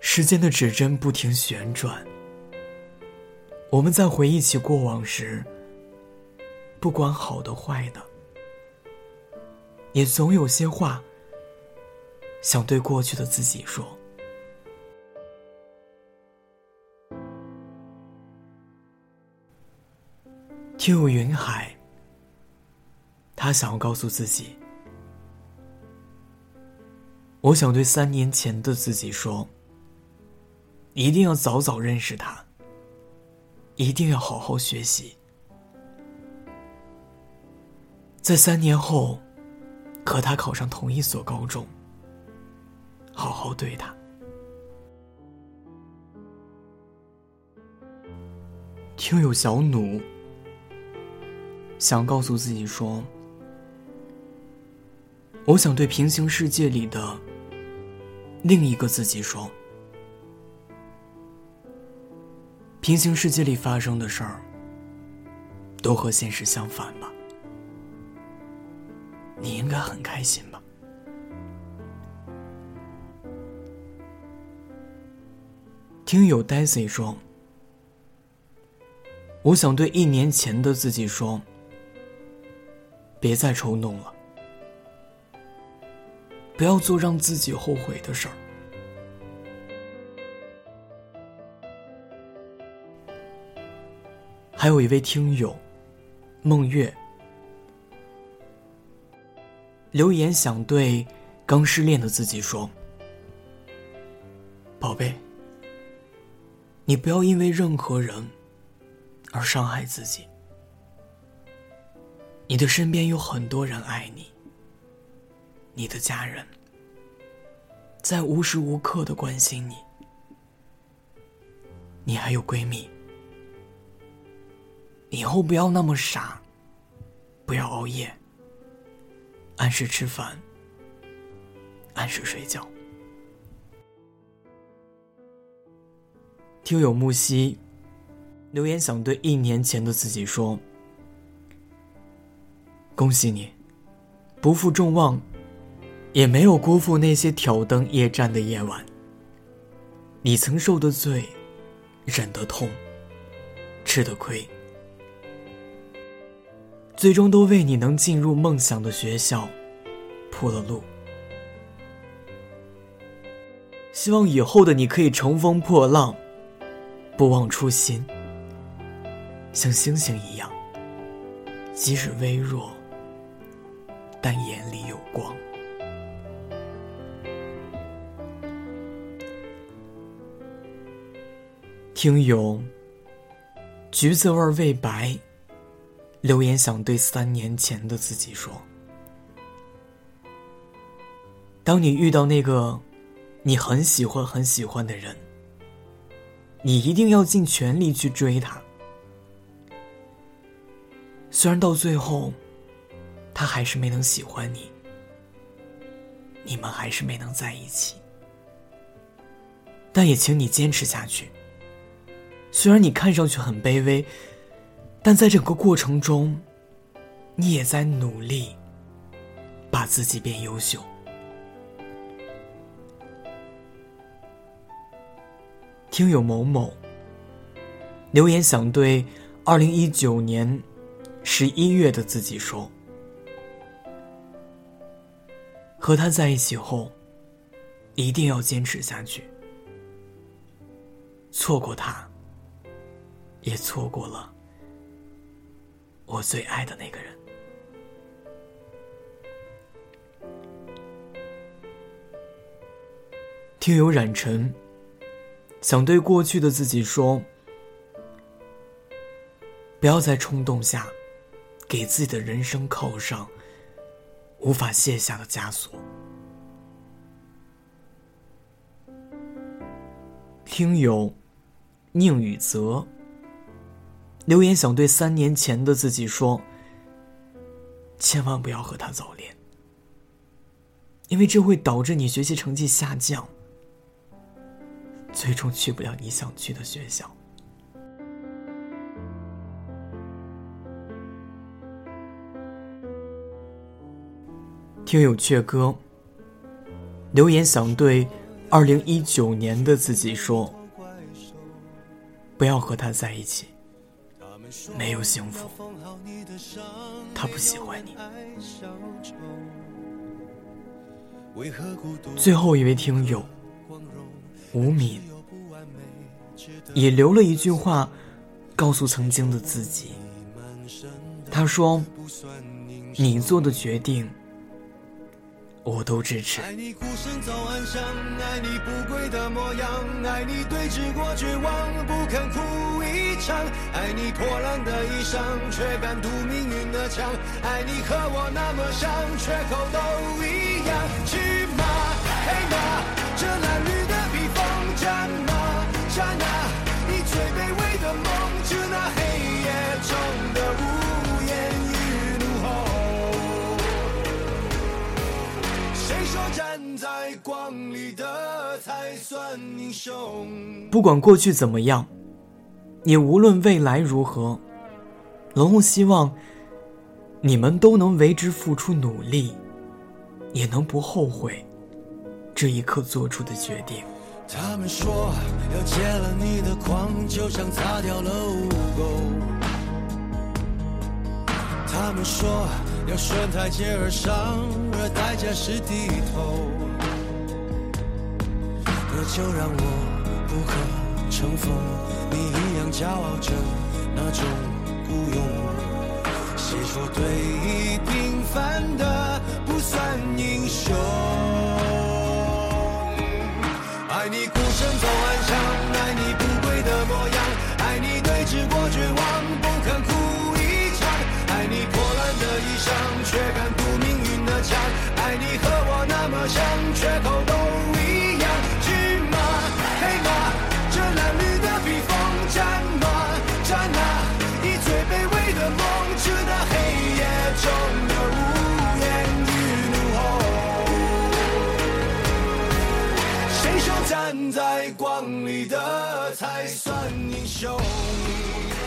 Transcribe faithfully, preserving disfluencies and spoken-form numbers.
时间的指针不停旋转，我们在回忆起过往时，不管好的坏的，也总有些话想对过去的自己说。听友云海，他想要告诉自己，我想对三年前的自己说，一定要早早认识他，一定要好好学习，在三年后和他考上同一所高中，好好对他。听友小弩想告诉自己说，我想对平行世界里的另一个自己说，平行世界里发生的事儿都和现实相反吧，你应该很开心吧。听友 Daisy 说，我想对一年前的自己说，别再抽弄了，不要做让自己后悔的事儿。还有一位听友梦月留言，想对刚失恋的自己说，宝贝，你不要因为任何人而伤害自己，你的身边有很多人爱你，你的家人在无时无刻的关心你，你还有闺蜜，以后不要那么傻，不要熬夜，按时吃饭，按时睡觉。听友木西留言，想对一年前的自己说，恭喜你不负众望，也没有辜负那些挑灯夜战的夜晚，你曾受的罪，忍的痛，吃的亏，最终都为你能进入梦想的学校铺了路。希望以后的你可以乘风破浪，不忘初心，像星星一样，即使微弱，但眼里有光。听友橘子味未白留言，想对三年前的自己说，当你遇到那个你很喜欢很喜欢的人，你一定要尽全力去追他，虽然到最后他还是没能喜欢你，你们还是没能在一起，但也请你坚持下去。虽然你看上去很卑微，但在整个过程中，你也在努力把自己变优秀。听友某某留言，想对二零一九年十一月的自己说，和他在一起后，一定要坚持下去。错过他，也错过了我最爱的那个人。听友冉晨想对过去的自己说，不要在冲动下给自己的人生扣上无法卸下的枷锁。听友宁宇泽留言，想对三年前的自己说，千万不要和他早恋，因为这会导致你学习成绩下降，最终去不了你想去的学校。听友雀哥留言，想对二零一九年的自己说，不要和他在一起，没有幸福，他不喜欢你。最后一位听友吴敏也留了一句话告诉曾经的自己，他说，你做的决定我都支持。 爱你孤身走暗巷，爱你不跪的模样，爱你对峙过绝望，不肯哭一场，爱你破烂的衣裳，却敢堵命运的枪，爱你和我那么像，缺口都一样。去吗？黑马，这褴褛的披风，战吗？战啊！你最卑微的梦，就那黑夜中的无言与怒吼。谁说站在光里的才算英雄？ 不管过去怎么样，也无论未来如何，龙龙希望你们都能为之付出努力，也能不后悔这一刻做出的决定。 他们说要戒了你的狂，就像擦掉了污垢。他们说要顺台阶而上，而代价是低头。那就让我不可乘风，你一样骄傲着那种孤勇。谁说对弈平凡的不算英雄？爱你孤身走暗巷，爱你不跪的模样，爱你对峙过绝望，不肯哭一场，爱你破烂的衣裳，却敢堵命运的枪，爱你和我那么像，缺口都一样。去吗？黑马，这褴褛的披风，战吗？战啊！以最卑微的梦，致那黑夜中的无言与怒吼。谁说站在光里的才算英雄？